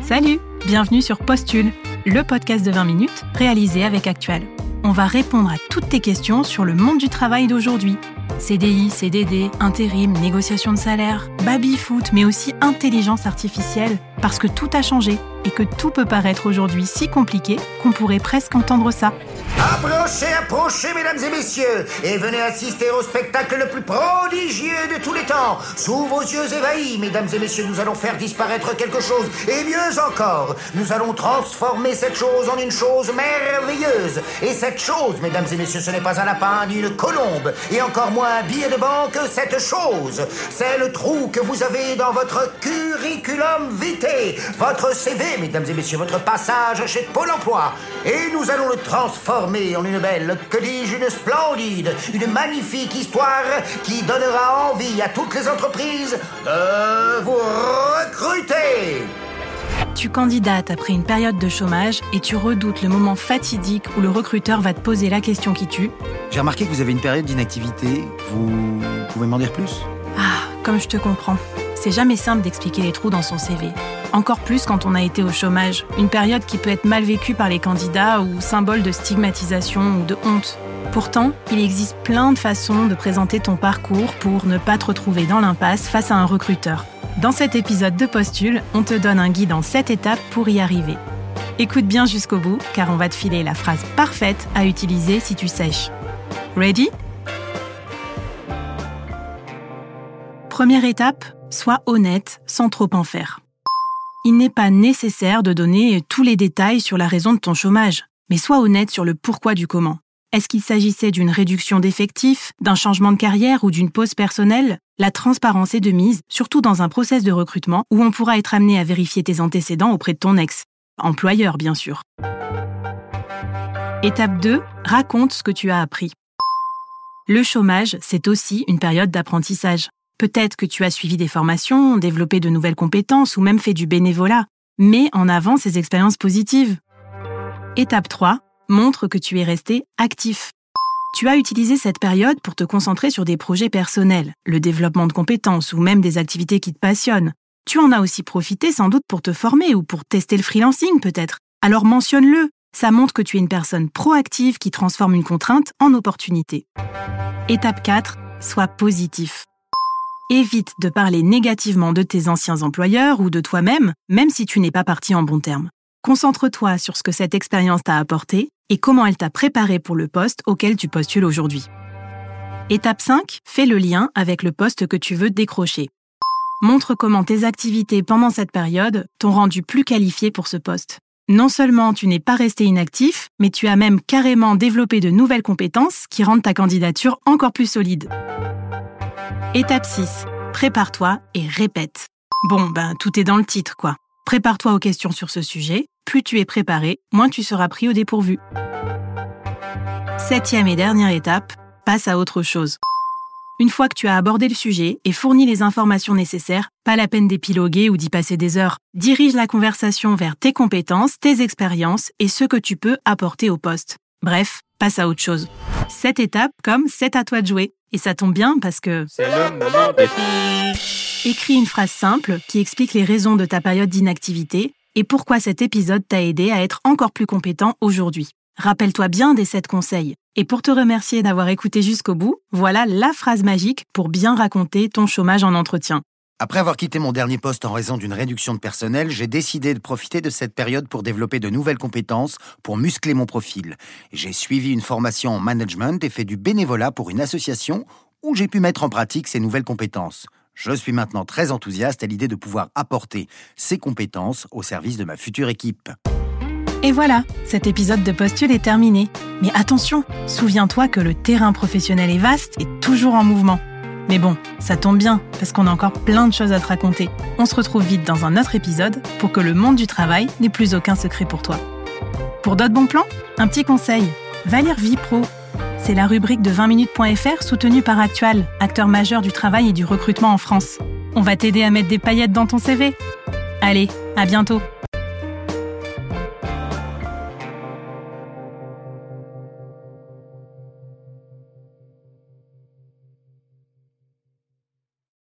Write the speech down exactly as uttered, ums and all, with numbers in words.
Salut, bienvenue sur Postule, le podcast de vingt minutes réalisé avec Actuel. On va répondre à toutes tes questions sur le monde du travail d'aujourd'hui. C D I, C D D, intérim, négociation de salaire, baby-foot, mais aussi intelligence artificielle, parce que tout a changé et que tout peut paraître aujourd'hui si compliqué qu'on pourrait presque entendre ça. Approchez, approchez, mesdames et messieurs, et venez assister au spectacle le plus prodigieux de tous les temps. Sous vos yeux ébahis, mesdames et messieurs, nous allons faire disparaître quelque chose, et mieux encore, nous allons transformer cette chose en une chose merveilleuse. Et cette chose, mesdames et messieurs, ce n'est pas un lapin ni une colombe, et encore moins un billet de banque, cette chose, c'est le trou que vous avez dans votre curriculum vitae, votre C V, mesdames et messieurs, votre passage chez Pôle emploi. Et nous allons le transformer en une belle, que dis-je, une splendide, une magnifique histoire qui donnera envie à toutes les entreprises de vous recruter. Tu candidates après une période de chômage et tu redoutes le moment fatidique où le recruteur va te poser la question qui tue. J'ai remarqué que vous avez une période d'inactivité. Vous pouvez m'en dire plus ? Ah, comme je te comprends. C'est jamais simple d'expliquer les trous dans son C V. Encore plus quand on a été au chômage, une période qui peut être mal vécue par les candidats ou symbole de stigmatisation ou de honte. Pourtant, il existe plein de façons de présenter ton parcours pour ne pas te retrouver dans l'impasse face à un recruteur. Dans cet épisode de Postule, on te donne un guide en sept étapes pour y arriver. Écoute bien jusqu'au bout, car on va te filer la phrase parfaite à utiliser si tu sèches. Ready ? Première étape, sois honnête sans trop en faire. Il n'est pas nécessaire de donner tous les détails sur la raison de ton chômage, mais sois honnête sur le pourquoi du comment. Est-ce qu'il s'agissait d'une réduction d'effectifs, d'un changement de carrière ou d'une pause personnelle ? La transparence est de mise, surtout dans un process de recrutement où on pourra être amené à vérifier tes antécédents auprès de ton ex. Employeur, bien sûr. Étape deux, raconte ce que tu as appris. Le chômage, c'est aussi une période d'apprentissage. Peut-être que tu as suivi des formations, développé de nouvelles compétences ou même fait du bénévolat. Mets en avant ces expériences positives. Étape trois, montre que tu es resté actif. Tu as utilisé cette période pour te concentrer sur des projets personnels, le développement de compétences ou même des activités qui te passionnent. Tu en as aussi profité sans doute pour te former ou pour tester le freelancing peut-être. Alors mentionne-le, ça montre que tu es une personne proactive qui transforme une contrainte en opportunité. Étape quatre, sois positif. Évite de parler négativement de tes anciens employeurs ou de toi-même, même si tu n'es pas parti en bons termes. Concentre-toi sur ce que cette expérience t'a apporté et comment elle t'a préparé pour le poste auquel tu postules aujourd'hui. Étape cinq, fais le lien avec le poste que tu veux décrocher. Montre comment tes activités pendant cette période t'ont rendu plus qualifié pour ce poste. Non seulement tu n'es pas resté inactif, mais tu as même carrément développé de nouvelles compétences qui rendent ta candidature encore plus solide. Étape six, prépare-toi et répète. Bon, ben tout est dans le titre, quoi. Prépare-toi aux questions sur ce sujet. Plus tu es préparé, moins tu seras pris au dépourvu. Septième et dernière étape, passe à autre chose. Une fois que tu as abordé le sujet et fourni les informations nécessaires, pas la peine d'épiloguer ou d'y passer des heures. Dirige la conversation vers tes compétences, tes expériences et ce que tu peux apporter au poste. Bref, passe à autre chose. Cette étape, comme c'est à toi de jouer. Et ça tombe bien parce que... C'est le moment des filles. Écris une phrase simple qui explique les raisons de ta période d'inactivité et pourquoi cet épisode t'a aidé à être encore plus compétent aujourd'hui. Rappelle-toi bien des sept conseils. Et pour te remercier d'avoir écouté jusqu'au bout, voilà la phrase magique pour bien raconter ton chômage en entretien. Après avoir quitté mon dernier poste en raison d'une réduction de personnel, j'ai décidé de profiter de cette période pour développer de nouvelles compétences, pour muscler mon profil. J'ai suivi une formation en management et fait du bénévolat pour une association où j'ai pu mettre en pratique ces nouvelles compétences. Je suis maintenant très enthousiaste à l'idée de pouvoir apporter ces compétences au service de ma future équipe. Et voilà, cet épisode de Postule est terminé. Mais attention, souviens-toi que le terrain professionnel est vaste et toujours en mouvement. Mais bon, ça tombe bien, parce qu'on a encore plein de choses à te raconter. On se retrouve vite dans un autre épisode pour que le monde du travail n'ait plus aucun secret pour toi. Pour d'autres bons plans, un petit conseil, va lire Vie Pro. C'est la rubrique de vingt minutes point f r soutenue par Actual, acteur majeur du travail et du recrutement en France. On va t'aider à mettre des paillettes dans ton C V. Allez, à bientôt.